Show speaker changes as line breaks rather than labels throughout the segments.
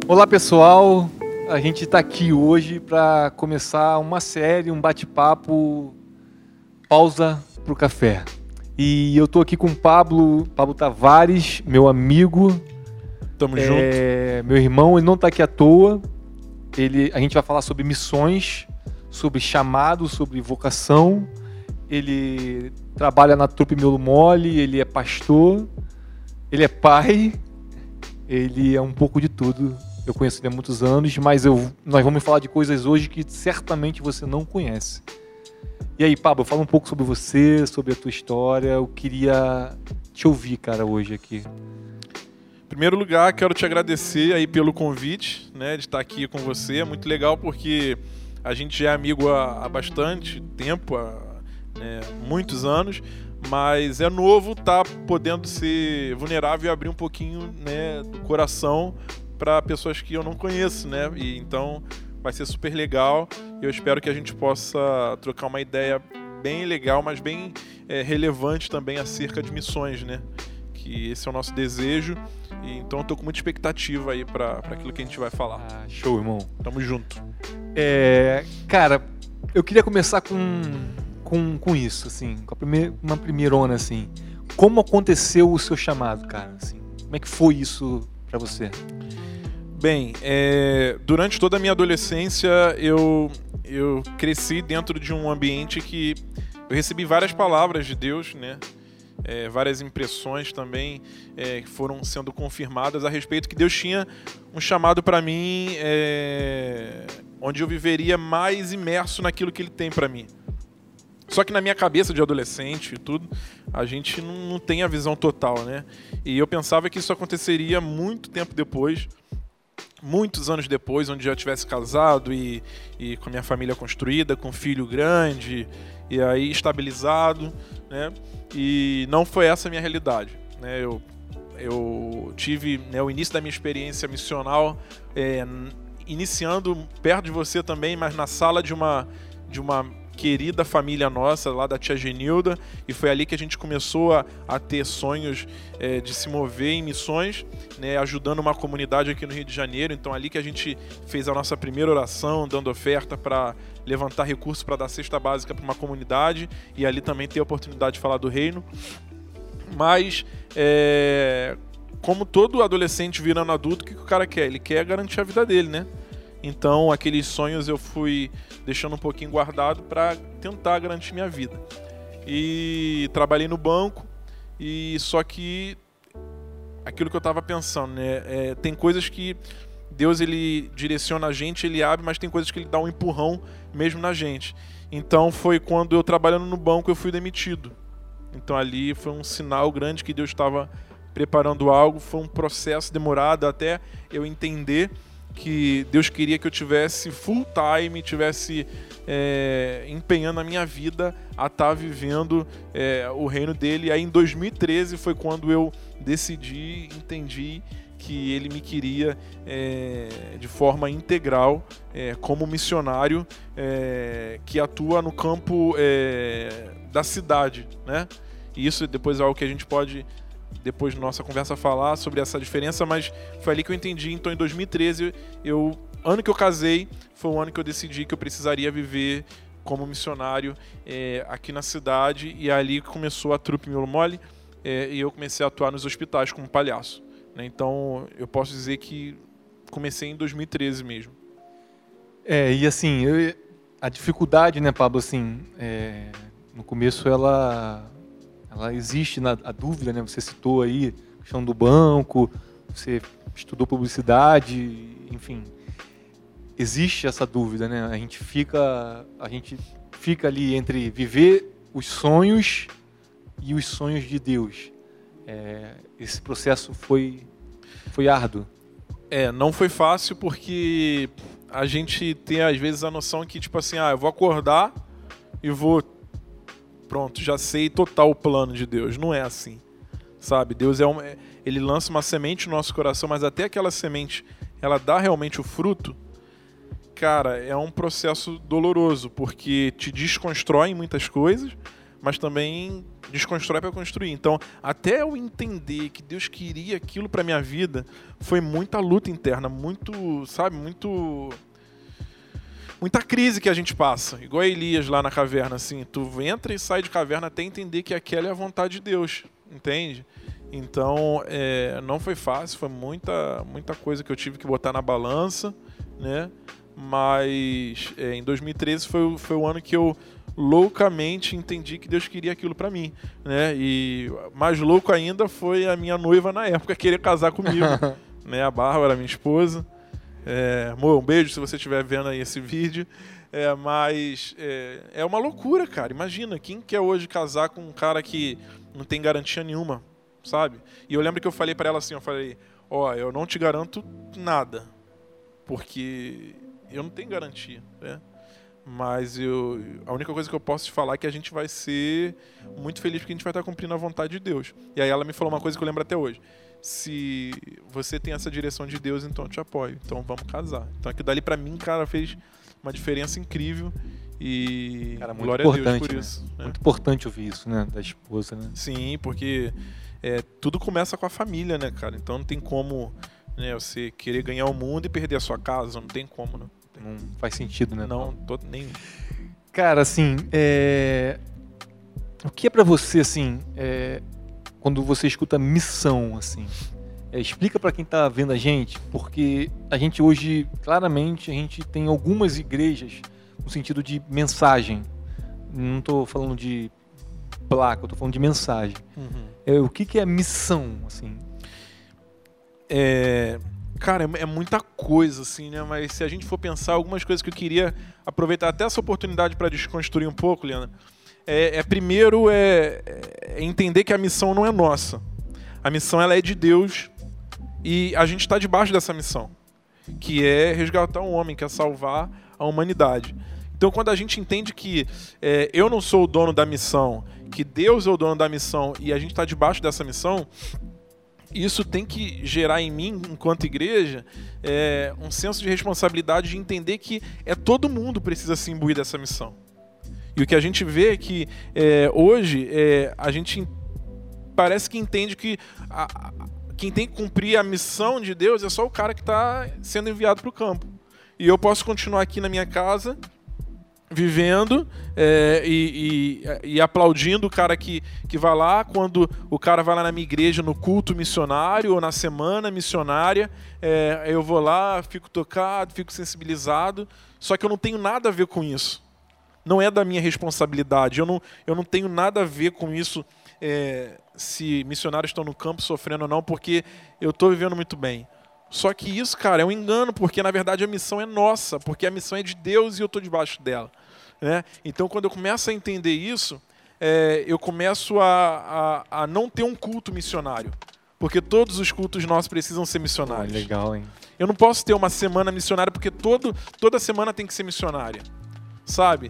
Olá pessoal, a gente está aqui hoje para começar uma série, um bate-papo, pausa para o café. E eu estou aqui com o Pablo Tavares, meu amigo,
Tamo junto.
meu irmão. Ele não está aqui à toa. A gente vai falar sobre missões, sobre chamado, sobre vocação. Ele trabalha na Trupe Miolo Mole, ele é pastor, ele é pai, ele é um pouco de tudo. Eu conheço ele há muitos anos, mas nós vamos falar de coisas hoje que certamente você não conhece. E aí, Pablo, fala um pouco sobre você, sobre a tua história. Eu queria te ouvir, cara, hoje aqui.
Em primeiro lugar, quero te agradecer aí pelo convite, né, de estar aqui com você. É muito legal porque a gente já é amigo há bastante tempo, há muitos anos, mas é novo estar podendo ser vulnerável e abrir um pouquinho, né, do coração para pessoas que eu não conheço, né? E então vai ser super legal. Eu espero que a gente possa trocar uma ideia bem legal, mas bem relevante também acerca de missões, né? Que esse é o nosso desejo. E então eu tô com muita expectativa aí para aquilo que a gente vai falar.
Show, irmão.
Tamo junto.
Cara, eu queria começar com isso, assim, com uma primeirona, assim. Como aconteceu o seu chamado, cara? Assim, como é que foi isso para você?
Bem, durante toda a minha adolescência eu cresci dentro de um ambiente que eu recebi várias palavras de Deus, né? Várias impressões também que foram sendo confirmadas a respeito que Deus tinha um chamado para mim, onde eu viveria mais imerso naquilo que Ele tem para mim. Só que na minha cabeça de adolescente e tudo, a gente não tem a visão total, né? E eu pensava que isso aconteceria muito tempo depois, muitos anos depois, onde já tivesse casado e com a minha família construída, com um filho grande e aí estabilizado, né? E não foi essa a minha realidade, né? Eu tive, né, o início da minha experiência missional iniciando perto de você também, mas na sala de uma querida família nossa, lá da tia Genilda, e foi ali que a gente começou a ter sonhos de se mover em missões, né, ajudando uma comunidade aqui no Rio de Janeiro. Então ali que a gente fez a nossa primeira oração, dando oferta para levantar recursos para dar cesta básica para uma comunidade, e ali também ter a oportunidade de falar do reino. Mas como todo adolescente virando adulto, o que o cara quer? Ele quer garantir a vida dele, né? Então, aqueles sonhos eu fui deixando um pouquinho guardado para tentar garantir minha vida. E trabalhei no banco, e só que aquilo que eu estava pensando, né? Tem coisas que Deus ele direciona a gente, ele abre, mas tem coisas que ele dá um empurrão mesmo na gente. Então, foi quando eu trabalhando no banco eu fui demitido. Então, ali foi um sinal grande que Deus estava preparando algo. Foi um processo demorado até eu entender que Deus queria que eu tivesse full time, tivesse empenhando a minha vida a estar vivendo o reino dele. E aí em 2013 foi quando eu entendi que ele me queria de forma integral como missionário que atua no campo da cidade, né? E isso depois é algo que a gente pode, depois da nossa conversa, falar sobre essa diferença, mas foi ali que eu entendi. Então, em 2013, ano que eu casei, foi o ano que eu decidi que eu precisaria viver como missionário aqui na cidade, e ali começou a Trupe Miolo Mole, e eu comecei a atuar nos hospitais como palhaço, né? Então, eu posso dizer que comecei em 2013 mesmo.
E assim, a dificuldade, né, Pablo, assim, no começo ela existe, a dúvida, né? Você citou aí a questão do banco, você estudou publicidade, enfim. Existe essa dúvida, né? A gente fica ali entre viver os sonhos e os sonhos de Deus. Esse processo foi árduo.
Não foi fácil porque a gente tem às vezes a noção que, tipo assim, eu vou acordar e vou... Pronto, já sei total o plano de Deus. Não é assim, sabe? Deus ele lança uma semente no nosso coração, mas até aquela semente, ela dá realmente o fruto. Cara, é um processo doloroso, porque te desconstrói em muitas coisas, mas também desconstrói para construir. Então, até eu entender que Deus queria aquilo para minha vida, foi muita luta interna, muita crise que a gente passa. Igual a Elias lá na caverna, assim, tu entra e sai de caverna até entender que aquela é a vontade de Deus, entende? Então, não foi fácil, foi muita coisa que eu tive que botar na balança, né? Mas em 2013 foi o ano que eu loucamente entendi que Deus queria aquilo pra mim, né? E mais louco ainda foi a minha noiva na época querer casar comigo, né? A Bárbara, minha esposa. Amor, um beijo se você estiver vendo aí esse vídeo. Mas é uma loucura, cara. Imagina, quem quer hoje casar com um cara que não tem garantia nenhuma, sabe? E eu lembro que eu falei pra ela assim, eu falei, eu não te garanto nada, porque eu não tenho garantia, né? Mas a única coisa que eu posso te falar é que a gente vai ser muito feliz porque a gente vai estar cumprindo a vontade de Deus. E aí ela me falou uma coisa que eu lembro até hoje. Se você tem essa direção de Deus, então eu te apoio. Então vamos casar. Então aquilo dali pra mim, cara, fez uma diferença incrível. E
cara, muito
glória a Deus por isso.
Né? Muito importante ouvir isso, né? Da esposa, né?
Sim, porque tudo começa com a família, né, cara? Então não tem como, né, você querer ganhar o mundo e perder a sua casa. Não tem como, né?
Não faz sentido, né?
Não, nem.
Cara, assim, o que é pra você, assim, quando você escuta missão, assim? Explica pra quem tá vendo a gente, porque a gente hoje, claramente, a gente tem algumas igrejas no sentido de mensagem. Não tô falando de placa, eu tô falando de mensagem. O que é missão, assim?
Cara, é muita coisa, assim, né? Mas se a gente for pensar algumas coisas que eu queria aproveitar até essa oportunidade para desconstruir um pouco, Leandro, primeiro entender que a missão não é nossa. A missão ela é de Deus e a gente está debaixo dessa missão, que é resgatar um homem, que é salvar a humanidade. Então, quando a gente entende que eu não sou o dono da missão, que Deus é o dono da missão e a gente está debaixo dessa missão, isso tem que gerar em mim, enquanto igreja, um senso de responsabilidade de entender que todo mundo precisa se imbuir dessa missão. E o que a gente vê é que hoje a gente parece que entende que quem tem que cumprir a missão de Deus é só o cara que está sendo enviado para o campo. E eu posso continuar aqui na minha casa, vivendo e aplaudindo o cara que vai lá, quando o cara vai lá na minha igreja no culto missionário ou na semana missionária, eu vou lá, fico tocado, fico sensibilizado, só que eu não tenho nada a ver com isso. Não é da minha responsabilidade, eu não tenho nada a ver com isso, se missionários estão no campo sofrendo ou não, porque eu estou vivendo muito bem. Só que isso, cara, é um engano, porque na verdade a missão é nossa, porque a missão é de Deus e eu estou debaixo dela. Né? Então, quando eu começo a entender isso, eu começo a não ter um culto missionário, porque todos os cultos nossos precisam ser missionários.
Legal, hein?
Eu não posso ter uma semana missionária, porque toda semana tem que ser missionária. Sabe?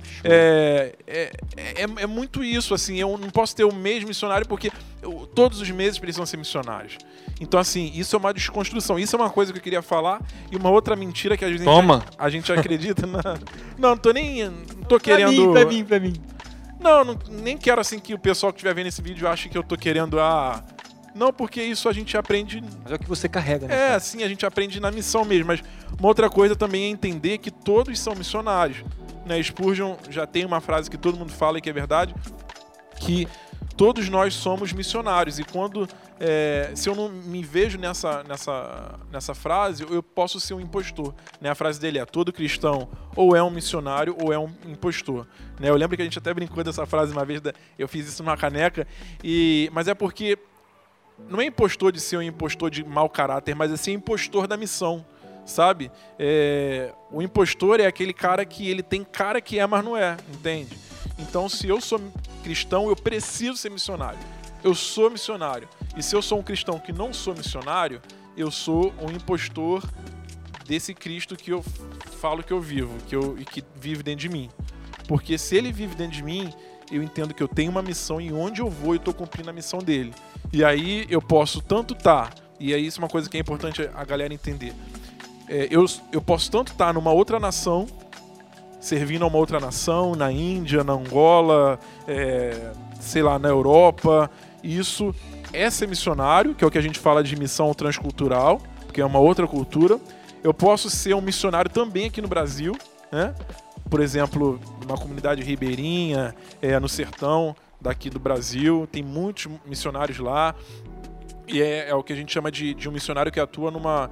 É muito isso, assim, eu não posso ter o mês missionário porque todos os meses precisam ser missionários. Então, assim, isso é uma desconstrução. Isso é uma coisa que eu queria falar. E uma outra mentira que às vezes a gente acredita na... Não tô querendo...
Pra mim.
Não, nem quero, assim, que o pessoal que estiver vendo esse vídeo ache que eu tô querendo... Não, porque isso a gente aprende...
Mas é o que você carrega, né?
Sim, a gente aprende na missão mesmo. Mas uma outra coisa também é entender que todos são missionários. Né, Spurgeon já tem uma frase que todo mundo fala e que é verdade, que todos nós somos missionários. E quando, se eu não me vejo nessa frase, eu posso ser um impostor. Né? A frase dele é: todo cristão ou é um missionário ou é um impostor. Né? Eu lembro que a gente até brincou dessa frase uma vez, eu fiz isso numa caneca, mas é porque não é impostor de ser um impostor de mau caráter, mas é ser impostor da missão. Sabe? O impostor é aquele cara que ele tem cara que mas não é, entende? Então, se eu sou cristão, eu preciso ser missionário. Eu sou missionário. E se eu sou um cristão que não sou missionário, eu sou um impostor desse Cristo que eu falo que eu vivo, e que vive dentro de mim. Porque se ele vive dentro de mim, eu entendo que eu tenho uma missão e onde eu vou, eu estou cumprindo a missão dele. E aí eu posso tanto e aí isso é uma coisa que é importante a galera entender. Eu posso tanto estar numa outra nação, servindo a uma outra nação, na Índia, na Angola, sei lá, na Europa. Isso é ser missionário, que é o que a gente fala de missão transcultural, que é uma outra cultura. Eu posso ser um missionário também aqui no Brasil, né? Por exemplo, uma comunidade ribeirinha, no sertão daqui do Brasil, tem muitos missionários lá, e é o que a gente chama de um missionário que atua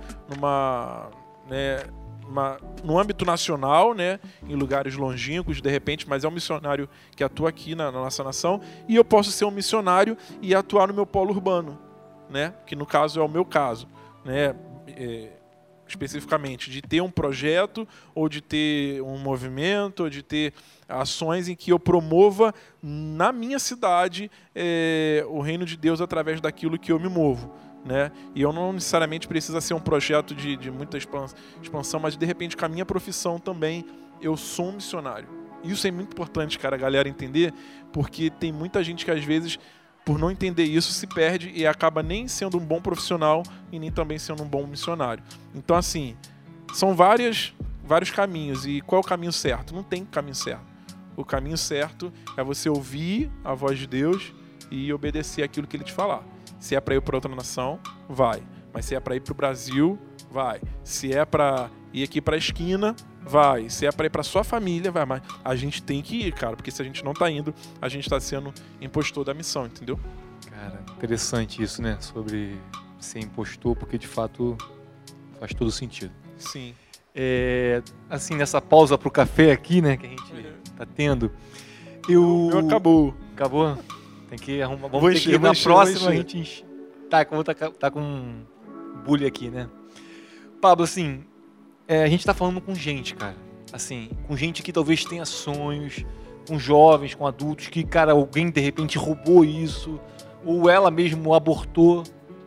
no âmbito nacional, né, em lugares longínquos, de repente, mas é um missionário que atua aqui na nossa nação, e eu posso ser um missionário e atuar no meu polo urbano, né, que no caso é o meu caso, né, especificamente, de ter um projeto, ou de ter um movimento, ou de ter ações em que eu promova na minha cidade o reino de Deus através daquilo que eu me movo. Né? E eu não necessariamente precisa ser um projeto de muita expansão, mas de repente com a minha profissão também eu sou um missionário. Isso é muito importante, cara, a galera entender, porque tem muita gente que às vezes, por não entender isso, se perde e acaba nem sendo um bom profissional e nem também sendo um bom missionário. Então, assim, são vários caminhos. E qual é o caminho certo? Não tem caminho certo. O caminho certo é você ouvir a voz de Deus e obedecer aquilo que Ele te falar. Se é para ir para outra nação, vai. Mas se é para ir para o Brasil, vai. Se é para ir aqui para a esquina, vai. Se é para ir para sua família, vai. Mas a gente tem que ir, cara, porque se a gente não tá indo, a gente está sendo impostor da missão, entendeu?
Cara, interessante isso, né? Sobre ser impostor, porque de fato faz todo sentido.
Sim.
Assim, nessa pausa pro café aqui, né, que a gente tá tendo,
O meu acabou.
Acabou? Tem que arrumar. Vamos ter que ir na próxima a gente enche. Tá com um bullying aqui, né? Pablo, assim, a gente tá falando com gente, cara. Assim, com gente que talvez tenha sonhos, com jovens, com adultos, que, cara, alguém de repente roubou isso, ou ela mesmo abortou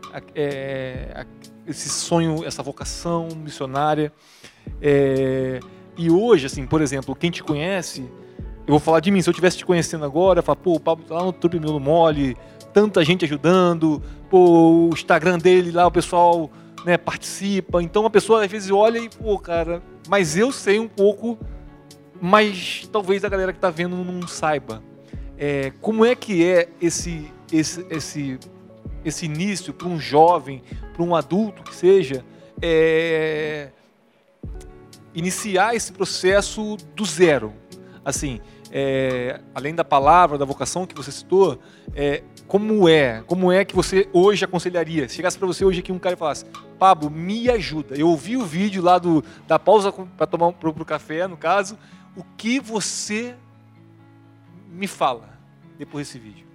esse sonho, essa vocação missionária. E hoje, assim, por exemplo, quem te conhece, eu vou falar de mim, se eu estivesse te conhecendo agora, eu falo, pô, o Pablo tá lá no Trupe Miolo Mole, tanta gente ajudando, pô, o Instagram dele lá, o pessoal, né, participa. Então a pessoa às vezes olha e, pô, cara, mas eu sei um pouco, mas talvez a galera que tá vendo não saiba. Como é que é esse início para um jovem, para um adulto que seja, iniciar esse processo do zero? Assim, além da palavra, da vocação que você citou, como é que você hoje aconselharia? Se chegasse para você hoje aqui um cara e falasse, Pablo, me ajuda. Eu ouvi o vídeo lá da pausa para tomar pro café, no caso. O que você me fala depois desse vídeo?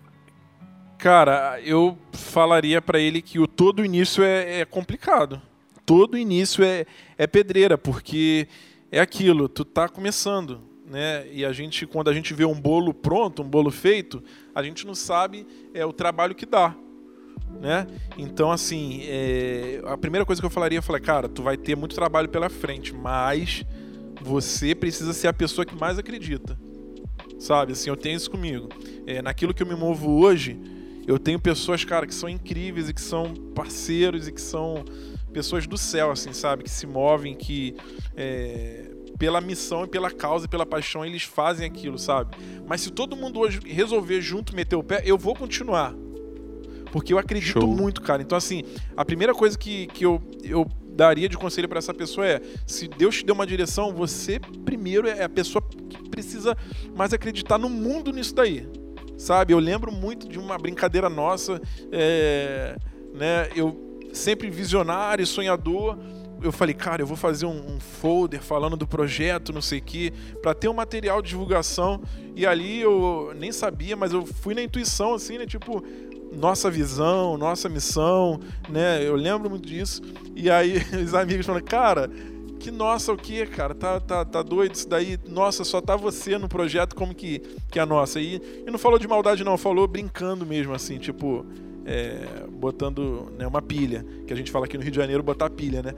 Cara, eu falaria para ele que todo início é complicado. Todo início é pedreira, porque é aquilo, tu tá começando, né? E quando a gente vê um bolo pronto, um bolo feito, a gente não sabe o trabalho que dá, né? Então, assim, a primeira coisa que eu falei, cara, tu vai ter muito trabalho pela frente, mas você precisa ser a pessoa que mais acredita, sabe? Assim, eu tenho isso comigo. Naquilo que eu me movo hoje, eu tenho pessoas, cara, que são incríveis e que são parceiros e que são pessoas do céu, assim, sabe? Que se movem, que pela missão e pela causa e pela paixão eles fazem aquilo, sabe? Mas se todo mundo hoje resolver junto meter o pé, eu vou continuar. Porque eu acredito muito, cara. Então, assim, a primeira coisa que eu daria de conselho para essa pessoa se Deus te deu uma direção, você primeiro é a pessoa que precisa mais acreditar no mundo nisso daí, sabe? Eu lembro muito de uma brincadeira nossa, né? Eu sempre visionário, sonhador, eu falei, cara, eu vou fazer um folder falando do projeto, não sei o que, para ter um material de divulgação, e ali eu nem sabia, mas eu fui na intuição, assim, né, tipo, nossa visão, nossa missão, né, eu lembro muito disso, e aí os amigos falaram, cara, que nossa o que, cara, tá doido isso daí, nossa, só tá você no projeto, como que é nossa, e não falou de maldade não, falou brincando mesmo, assim, tipo, botando, né, uma pilha, que a gente fala aqui no Rio de Janeiro, botar pilha, né?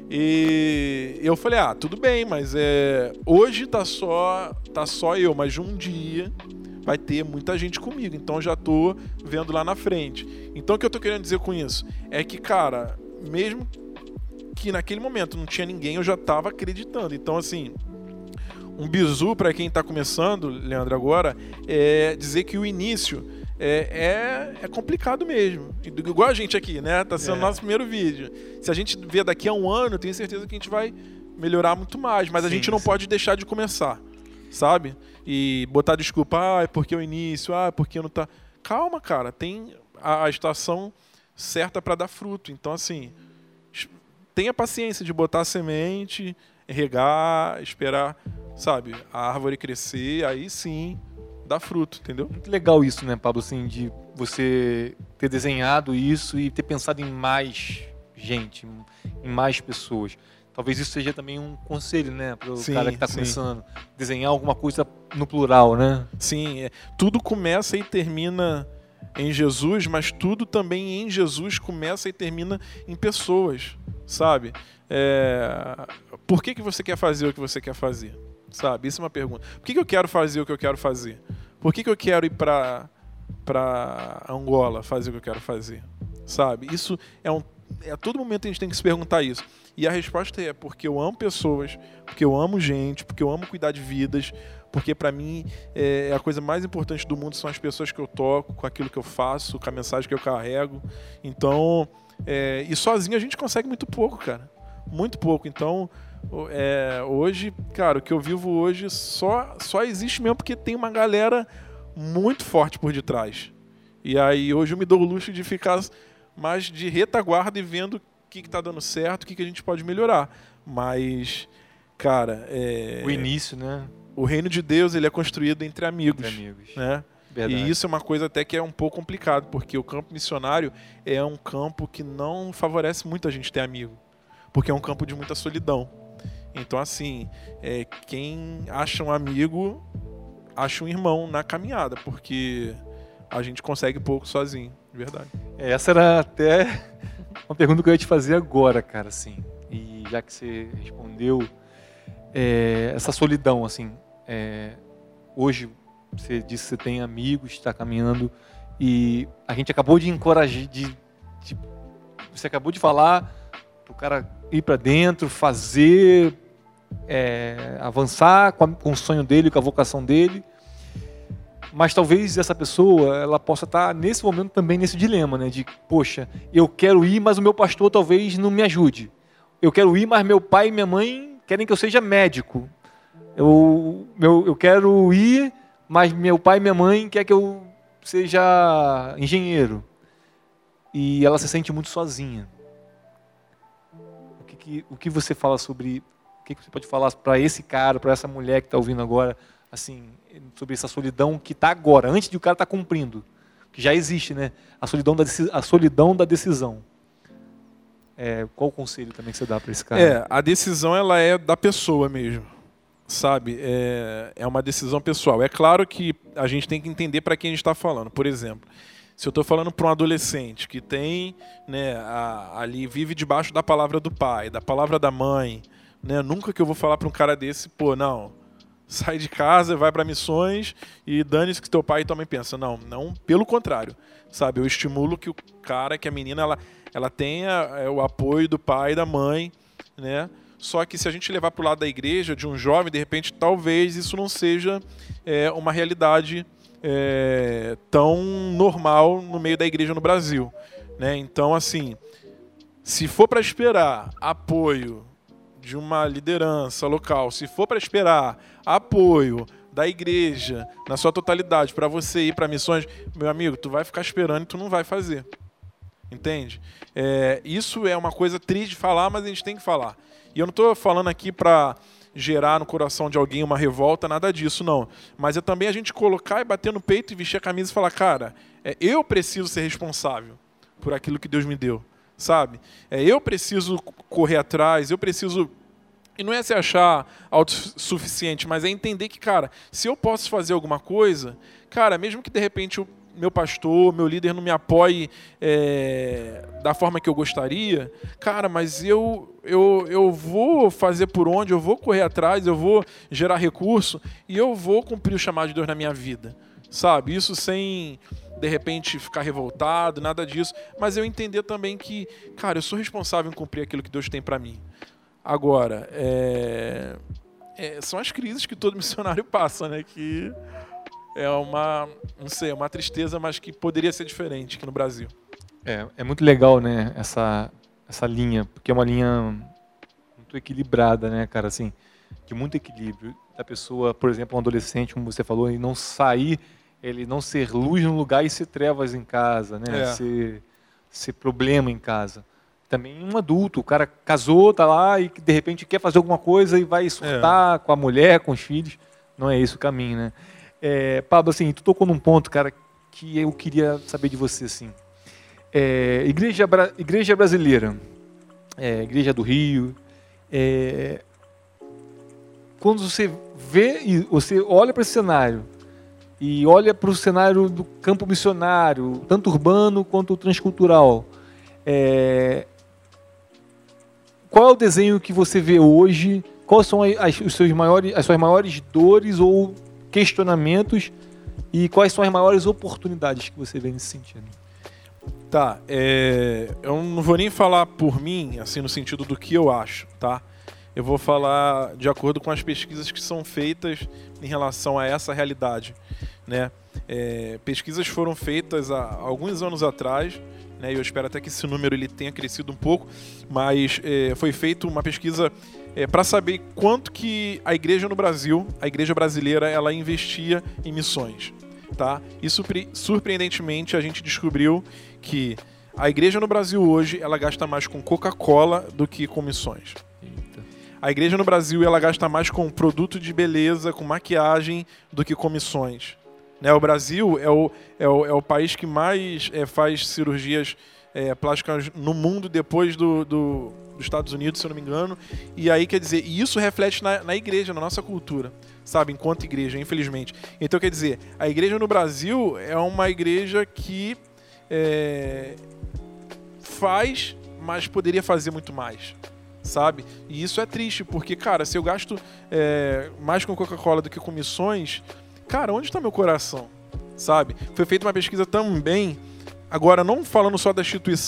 E eu falei, tudo bem, mas hoje tá só eu, mas um dia vai ter muita gente comigo, então eu já tô vendo lá na frente. Então o que eu tô querendo dizer com isso é que, cara, mesmo que naquele momento não tinha ninguém, eu já tava acreditando. Então, assim, um bizu para quem está começando, Leandro, agora, é dizer que o início é complicado mesmo. Igual a gente aqui, né? Tá sendo o nosso primeiro vídeo. Se a gente vê daqui a um ano, eu tenho certeza que a gente vai melhorar muito mais. Mas a gente não pode deixar de começar, sabe? E botar desculpa, é porque o início, é porque não tá... Calma, cara. Tem a estação certa para dar fruto. Então, assim, tenha paciência de botar a semente, regar, esperar, sabe? A árvore crescer, aí sim... dá fruto, entendeu?
Muito legal isso, né, Pablo, assim, de você ter desenhado isso e ter pensado em mais gente, em mais pessoas. Talvez isso seja também um conselho, né, para o cara que está começando. Desenhar alguma coisa no plural, né?
Sim, tudo começa e termina em Jesus, mas tudo também em Jesus começa e termina em pessoas, sabe? Por que você quer fazer o que você quer fazer? Sabe? Isso é uma pergunta. Por que eu quero fazer o que eu quero fazer? Por que eu quero ir para Angola fazer o que eu quero fazer? Sabe? Isso a todo momento a gente tem que se perguntar isso. E a resposta é porque eu amo pessoas, porque eu amo gente, porque eu amo cuidar de vidas, porque para mim a coisa mais importante do mundo são as pessoas que eu toco, com aquilo que eu faço, com a mensagem que eu carrego. Então, e sozinho a gente consegue muito pouco, cara. Muito pouco. Então, hoje, cara, o que eu vivo hoje só existe mesmo porque tem uma galera muito forte por detrás. E aí hoje eu me dou o luxo de ficar mais de retaguarda e vendo o que está dando certo, o que a gente pode melhorar. Mas, cara...
O início, né?
O reino de Deus, ele é construído entre amigos. Né?
Verdade.
E isso é uma coisa até que é um pouco complicado, porque o campo missionário é um campo que não favorece muito a gente ter amigo. Porque é um campo de muita solidão. Então, assim, quem acha um amigo, acha um irmão na caminhada, porque a gente consegue pouco sozinho, de verdade.
Essa era até uma pergunta que eu ia te fazer agora, cara, assim. E já que você respondeu, essa solidão, assim, hoje você disse que você tem amigos, está caminhando, e a gente acabou de encorajar, você acabou de falar para o cara ir para dentro, fazer, avançar com o sonho dele, com a vocação dele. Mas talvez essa pessoa ela possa estar nesse momento também nesse dilema, né? De, poxa, eu quero ir, mas o meu pastor talvez não me ajude. Eu quero ir, mas meu pai e minha mãe querem que eu seja médico. Eu quero ir, mas meu pai e minha mãe querem que eu seja engenheiro. E ela se sente muito sozinha. O que você fala sobre... O que você pode falar para esse cara, para essa mulher que está ouvindo agora, assim, sobre essa solidão que está agora, antes de o cara estar cumprindo, que já existe, né? A solidão da decisão. Qual o conselho também que você dá para esse cara?
A decisão ela é da pessoa mesmo, sabe? É uma decisão pessoal. É claro que a gente tem que entender para quem a gente está falando. Por exemplo, se eu estou falando para um adolescente que tem, né, ali vive debaixo da palavra do pai, da palavra da mãe, né? Nunca que eu vou falar para um cara desse, pô, não, sai de casa, vai para missões e dane-se que teu pai também pensa. Não, pelo contrário, sabe? Eu estimulo que o cara, que a menina, ela tenha o apoio do pai e da mãe, né? Só que se a gente levar para o lado da igreja, de um jovem, de repente, talvez isso não seja uma realidade tão normal no meio da igreja no Brasil, né? Então, assim, se for para esperar apoio de uma liderança local, se for para esperar apoio da igreja na sua totalidade para você ir para missões, meu amigo, tu vai ficar esperando e tu não vai fazer. Entende? Isso é uma coisa triste de falar, mas a gente tem que falar. E eu não estou falando aqui para gerar no coração de alguém uma revolta, nada disso, não. Mas é também a gente colocar e bater no peito e vestir a camisa e falar, cara, eu preciso ser responsável por aquilo que Deus me deu, sabe? Eu preciso correr atrás, eu preciso... E não é se achar autossuficiente, mas é entender que, cara, se eu posso fazer alguma coisa, cara, mesmo que de repente o meu pastor, meu líder não me apoie da forma que eu gostaria, cara, mas eu vou fazer por onde, eu vou correr atrás, eu vou gerar recurso e eu vou cumprir o chamado de Deus na minha vida, sabe? Isso sem, de repente, ficar revoltado, nada disso, mas eu entender também que, cara, eu sou responsável em cumprir aquilo que Deus tem para mim. Agora, são as crises que todo missionário passa, né? Que é uma, não sei, uma tristeza, mas que poderia ser diferente aqui no Brasil.
É muito legal, né, essa linha, porque é uma linha muito equilibrada, né, cara, assim, de muito equilíbrio. Da pessoa, por exemplo, um adolescente, como você falou, ele não sair, ele não ser luz no lugar e ser trevas em casa, né, ser problema em casa. Também um adulto, o cara casou, tá lá e de repente quer fazer alguma coisa e vai surtar com a mulher, com os filhos. Não é esse o caminho, né? Pablo, assim, tu tocou num ponto, cara, que eu queria saber de você, assim. Igreja brasileira, Igreja do Rio, quando você vê e você olha para esse cenário e olha para o cenário do campo missionário, tanto urbano quanto transcultural, qual é o desenho que você vê hoje? Quais são as suas maiores dores ou questionamentos e quais são as maiores oportunidades que você vê nesse sentido?
Tá, eu não vou nem falar por mim, assim, no sentido do que eu acho, tá? Eu vou falar de acordo com as pesquisas que são feitas em relação a essa realidade, né? Pesquisas foram feitas há alguns anos atrás, né? E eu espero até que esse número ele tenha crescido um pouco, mas foi feita uma pesquisa para saber quanto que a igreja no Brasil, a igreja brasileira, ela investia em missões, tá? E surpreendentemente a gente descobriu que a igreja no Brasil hoje ela gasta mais com Coca-Cola do que com missões.
Eita.
A igreja no Brasil ela gasta mais com produto de beleza, com maquiagem, do que com missões. Né? O Brasil é o país que mais faz cirurgias plásticas no mundo depois dos Estados Unidos, se eu não me engano. E aí, quer dizer, e isso reflete na igreja, na nossa cultura, sabe? Enquanto igreja, infelizmente. Então, quer dizer, a igreja no Brasil é uma igreja que faz, mas poderia fazer muito mais, sabe? E isso é triste, porque, cara, se eu gasto mais com Coca-Cola do que com missões, cara, onde está meu coração, sabe? Foi feita uma pesquisa também, agora não falando só da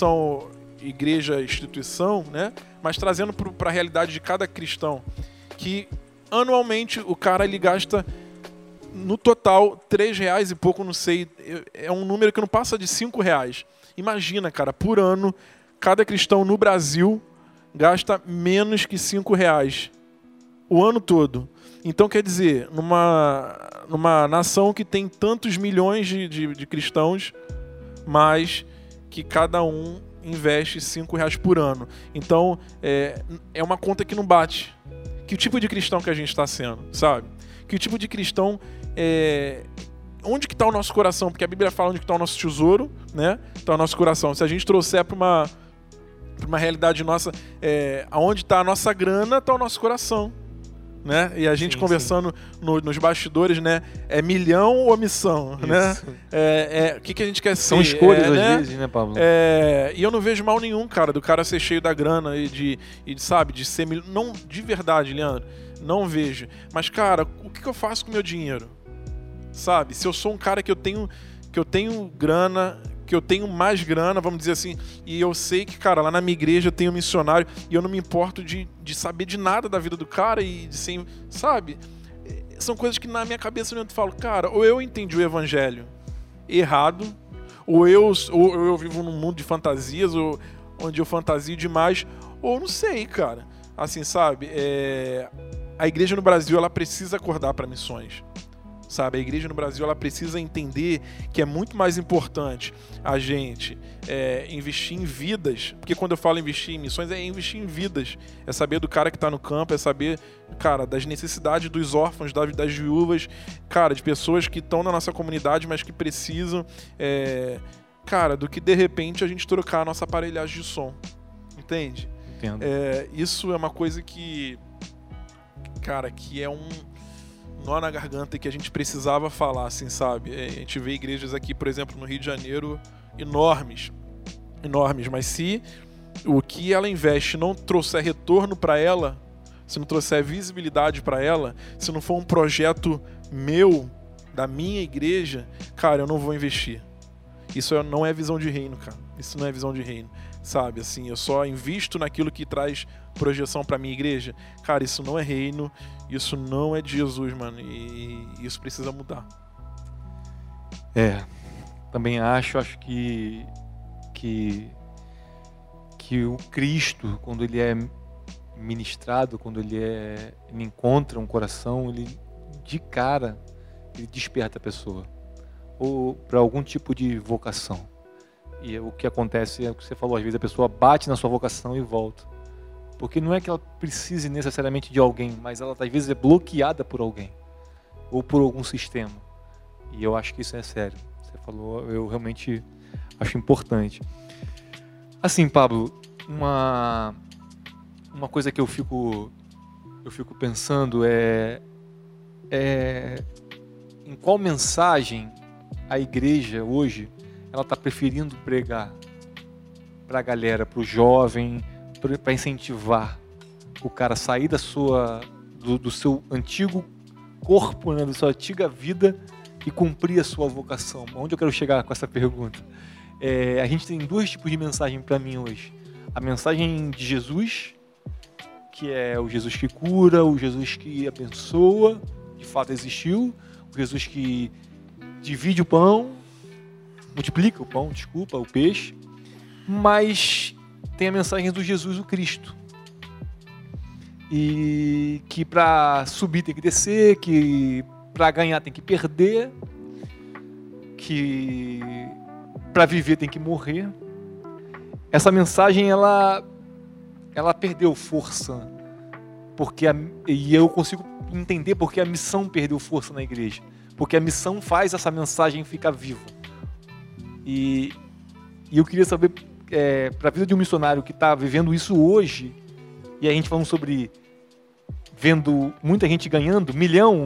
igreja-instituição, né? Mas trazendo para a realidade de cada cristão, que anualmente o cara ele gasta no total R$3 e pouco, não sei, é um número que não passa de R$5. Imagina, cara, por ano, cada cristão no Brasil gasta menos que R$5 o ano todo. Então, quer dizer, numa nação que tem tantos milhões de cristãos, mas que cada um investe R$5 por ano. Então, é uma conta que não bate. Que tipo de cristão que a gente está sendo, sabe? Que tipo de cristão... onde que está o nosso coração? Porque a Bíblia fala onde que está o nosso tesouro, né? Está o nosso coração. Se a gente trouxer para uma realidade nossa, aonde está a nossa grana, está o nosso coração, né? E a gente conversando nos bastidores, né? É milhão ou missão, isso, né? O que a gente quer ser?
São escolhas às vezes, né, Pablo?
E eu não vejo mal nenhum, cara, do cara ser cheio da grana e sabe, de ser não de verdade, Leandro. Não vejo. Mas, cara, o que eu faço com o meu dinheiro? Sabe? Se eu sou um cara que eu tenho grana, que eu tenho mais grana, vamos dizer assim, e eu sei que, cara, lá na minha igreja eu tenho um missionário e eu não me importo de saber de nada da vida do cara e de ser, sabe? São coisas que na minha cabeça eu falo, cara, ou eu entendi o evangelho errado, ou eu vivo num mundo de fantasias, ou onde eu fantasio demais, ou não sei, cara. Assim, sabe? A igreja no Brasil, ela precisa acordar para missões. Sabe? A igreja no Brasil, ela precisa entender que é muito mais importante a gente investir em vidas, porque quando eu falo investir em missões, é investir em vidas. É saber do cara que está no campo, é saber, cara, das necessidades dos órfãos, das viúvas, cara, de pessoas que estão na nossa comunidade, mas que precisam, cara, do que de repente a gente trocar a nossa aparelhagem de som. Entende?
Entendo.
Isso é uma coisa que, cara, que é um nó na garganta que a gente precisava falar, assim, sabe? A gente vê igrejas aqui, por exemplo, no Rio de Janeiro, enormes, mas se o que ela investe não trouxer retorno para ela, se não trouxer visibilidade para ela, se não for um projeto meu, da minha igreja, cara, eu não vou investir. Isso não é visão de reino, cara. Isso não é visão de reino. sabe? Assim, eu só invisto naquilo que traz projeção pra minha igreja. Cara, isso não é reino, isso não é de Jesus, mano, e isso precisa mudar.
Também acho que o Cristo, quando ele é ministrado, quando ele encontra um coração, ele de cara ele desperta a pessoa ou para algum tipo de vocação. E o que acontece é o que você falou, às vezes a pessoa bate na sua vocação e volta. Porque não é que ela precise necessariamente de alguém, mas ela às vezes é bloqueada por alguém ou por algum sistema. E eu acho que isso é sério. Você falou, eu realmente acho importante. Assim, Pablo, uma coisa que eu fico pensando é em qual mensagem a igreja hoje ela está preferindo pregar para a galera, para o jovem, para incentivar o cara a sair do seu antigo corpo, né, da sua antiga vida e cumprir a sua vocação. Onde eu quero chegar com essa pergunta? A gente tem dois tipos de mensagem para mim hoje. A mensagem de Jesus, que é o Jesus que cura, o Jesus que abençoa, de fato existiu, o Jesus que divide o pão, multiplica o pão, o peixe, mas tem a mensagem do Jesus, o Cristo. E que para subir tem que descer, que para ganhar tem que perder, que para viver tem que morrer. Essa mensagem ela perdeu força, e eu consigo entender porque a missão perdeu força na igreja, porque a missão faz essa mensagem ficar viva. E eu queria saber, para a vida de um missionário que está vivendo isso hoje, e a gente falando sobre vendo muita gente ganhando milhão,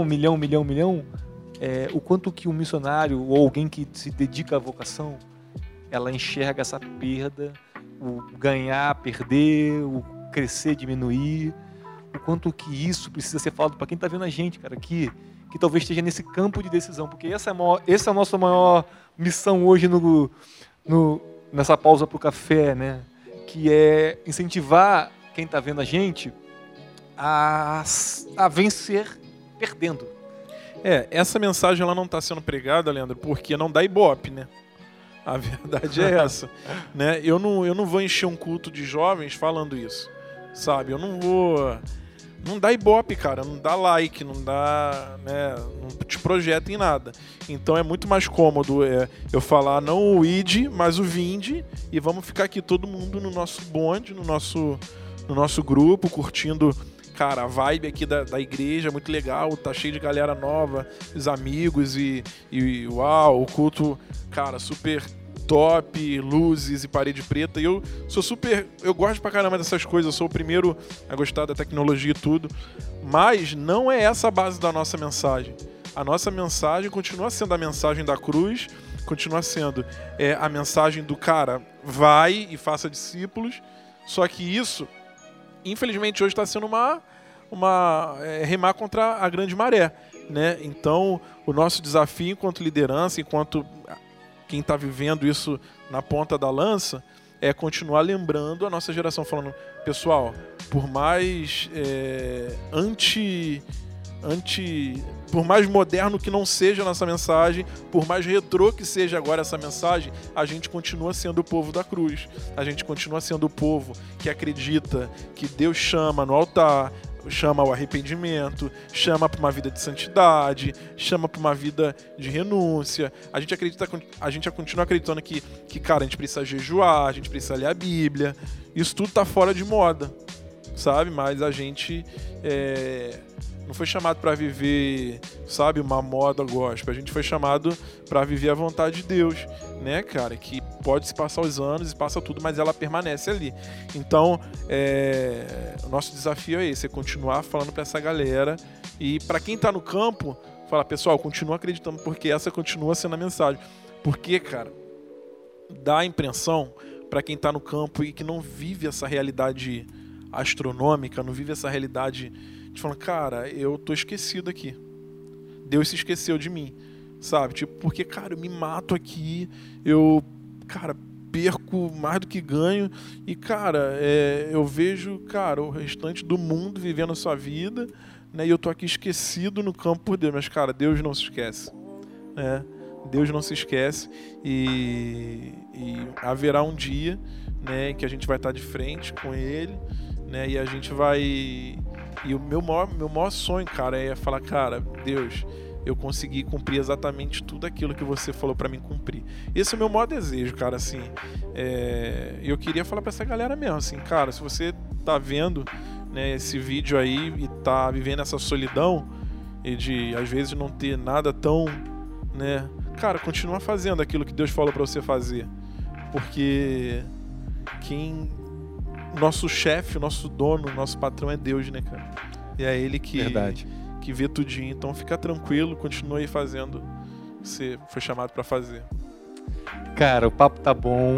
o quanto que um missionário ou alguém que se dedica à vocação, ela enxerga essa perda, o ganhar, perder, o crescer, diminuir, o quanto que isso precisa ser falado para quem está vendo a gente, cara, que talvez esteja nesse campo de decisão, porque essa é a nossa maior missão hoje nessa pausa para o café, né? Que é incentivar quem está vendo a gente a vencer perdendo.
Essa mensagem ela não está sendo pregada, Leandro, porque não dá ibope, né? A verdade é essa, né? Eu não vou encher um culto de jovens falando isso, sabe? Eu não vou... Não dá ibope, cara, não dá like, não dá, né, não te projeta em nada. Então é muito mais cômodo eu falar não o ide, mas o vinde, e vamos ficar aqui todo mundo no nosso bonde, no nosso grupo, curtindo, cara, a vibe aqui da igreja, muito legal, tá cheio de galera nova, os amigos e uau, o culto, cara, super top, luzes e parede preta, e eu gosto pra caramba dessas coisas, eu sou o primeiro a gostar da tecnologia e tudo, mas não é essa a base da nossa mensagem. A nossa mensagem continua sendo a mensagem da cruz, continua sendo a mensagem do cara, vai e faça discípulos, só que isso, infelizmente, hoje está sendo remar contra a grande maré, né? Então, o nosso desafio enquanto liderança, enquanto quem está vivendo isso na ponta da lança, é continuar lembrando a nossa geração, falando, pessoal, por mais por mais moderno que não seja a nossa mensagem, por mais retrô que seja agora essa mensagem, a gente continua sendo o povo da cruz, a gente continua sendo o povo que acredita que Deus chama no altar, chama ao arrependimento, chama para uma vida de santidade, chama para uma vida de renúncia. A gente continua acreditando que, cara, a gente precisa jejuar, a gente precisa ler a Bíblia. Isso tudo tá fora de moda, sabe? Mas a gente não foi chamado para viver, sabe, uma moda gospel. A gente foi chamado para viver a vontade de Deus, né, cara? Que pode se passar os anos e passa tudo, mas ela permanece ali. Então, o nosso desafio é esse, é continuar falando para essa galera e para quem tá no campo, falar, pessoal, continua acreditando, porque essa continua sendo a mensagem. Porque, cara, dá a impressão para quem tá no campo e que não vive essa realidade astronômica, não vive essa realidade de falar, cara, eu tô esquecido aqui. Deus se esqueceu de mim, sabe? Tipo, porque, cara, eu me mato aqui, cara, perco mais do que ganho. E, cara, eu vejo, cara, o restante do mundo vivendo a sua vida, né? E eu tô aqui esquecido no campo por Deus. Mas, cara, Deus não se esquece, né? Deus não se esquece. E haverá um dia, né, que a gente vai estar de frente com Ele, né? E a gente vai... E o meu maior sonho, cara, é falar, cara, Deus, eu consegui cumprir exatamente tudo aquilo que você falou pra mim cumprir. Esse é o meu maior desejo, cara, assim. Eu queria falar pra essa galera mesmo, assim, cara, se você tá vendo, né, esse vídeo aí e tá vivendo essa solidão e de, às vezes, não ter nada tão, né, cara, continua fazendo aquilo que Deus falou pra você fazer. Porque nosso chefe, nosso dono, nosso patrão é Deus, né, cara? E é Ele que...
Verdade.
Que vê tudinho. Então fica tranquilo, continue fazendo o que você foi chamado pra fazer.
Cara, o papo tá bom.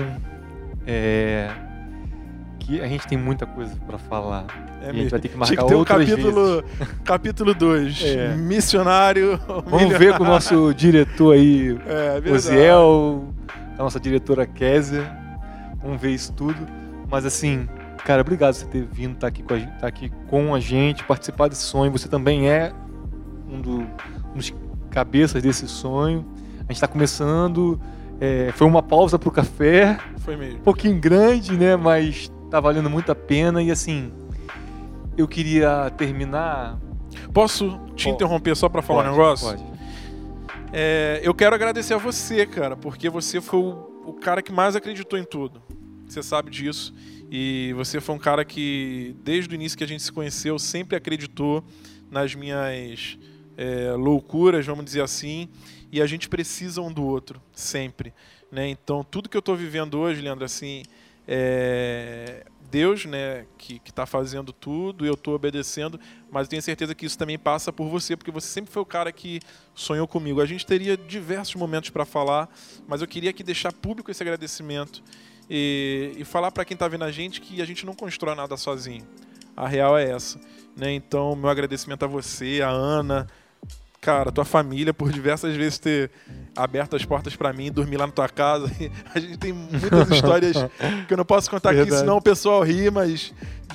Que a gente tem muita coisa pra falar. A gente vai ter que marcar outras vezes.
Capítulo 2. Missionário.
Vamos ver com o nosso diretor aí, Osiel, a nossa diretora Kézia. Vamos ver isso tudo. Mas assim, cara, obrigado por você ter vindo, tá aqui com a gente, participar desse sonho. Você também é um dos cabeças desse sonho. A gente tá começando. Foi uma pausa pro café.
Foi mesmo.
Um pouquinho grande, né? Mas tá valendo muito a pena. E assim, eu queria terminar...
Posso te interromper só pra falar um negócio?
Pode.
Eu quero agradecer a você, cara, porque você foi o cara que mais acreditou em tudo. Você sabe disso. E você foi um cara que, desde o início que a gente se conheceu, sempre acreditou nas minhas loucuras, vamos dizer assim. E a gente precisa um do outro, sempre, né? Então, tudo que eu estou vivendo hoje, Leandro, assim, Deus, né, que está fazendo tudo, e eu estou obedecendo, mas eu tenho certeza que isso também passa por você, porque você sempre foi o cara que sonhou comigo. A gente teria diversos momentos para falar, mas eu queria aqui deixar público esse agradecimento e falar para quem está vendo a gente que a gente não constrói nada sozinho. A real é essa, né? Então, meu agradecimento a você, a Ana, cara, tua família, por diversas vezes ter aberto as portas pra mim, dormir lá na tua casa. A gente tem muitas histórias que eu não posso contar aqui, senão o pessoal ri, mas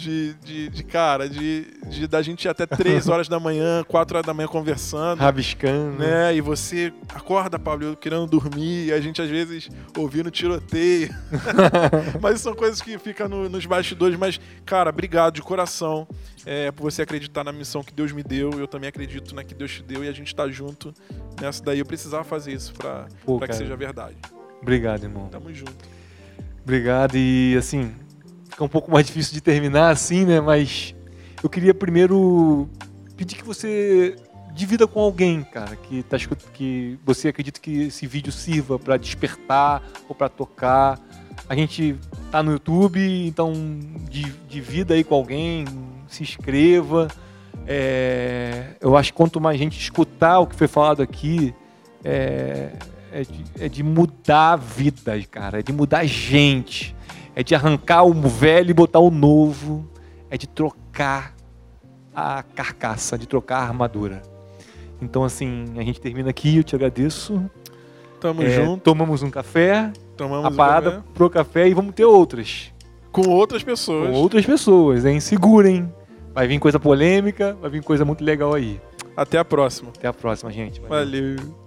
da gente ir até 3 horas da manhã, 4 horas da manhã conversando.
Rabiscando.
Né? E você acorda, Pablo, eu querendo dormir, e a gente às vezes ouvindo tiroteio. Mas são coisas que ficam nos bastidores. Mas, cara, obrigado de coração por você acreditar na missão que Deus me deu. Eu também acredito na que Deus te deu, e a gente tá junto nessa daí. Eu precisava fazer isso pra que seja verdade.
Obrigado, irmão.
Tamo junto.
Obrigado. E assim, fica um pouco mais difícil de terminar assim, né? Mas eu queria primeiro pedir que você divida com alguém, cara, que você acredita que esse vídeo sirva para despertar ou para tocar. A gente tá no YouTube, então divida aí com alguém, se inscreva. Eu acho que quanto mais gente escutar o que foi falado aqui, é de mudar vidas, cara, é de mudar gente, é de arrancar o velho e botar o novo, é de trocar a carcaça, de trocar a armadura. Então, assim, a gente termina aqui, eu te agradeço.
Tamo junto.
Tomamos um café,
Tomamos
a parada pro café, e vamos ter outras.
Com outras pessoas.
Com outras pessoas, hein? Segurem. Vai vir coisa polêmica, vai vir coisa muito legal aí.
Até a próxima.
Até a próxima, gente.
Valeu.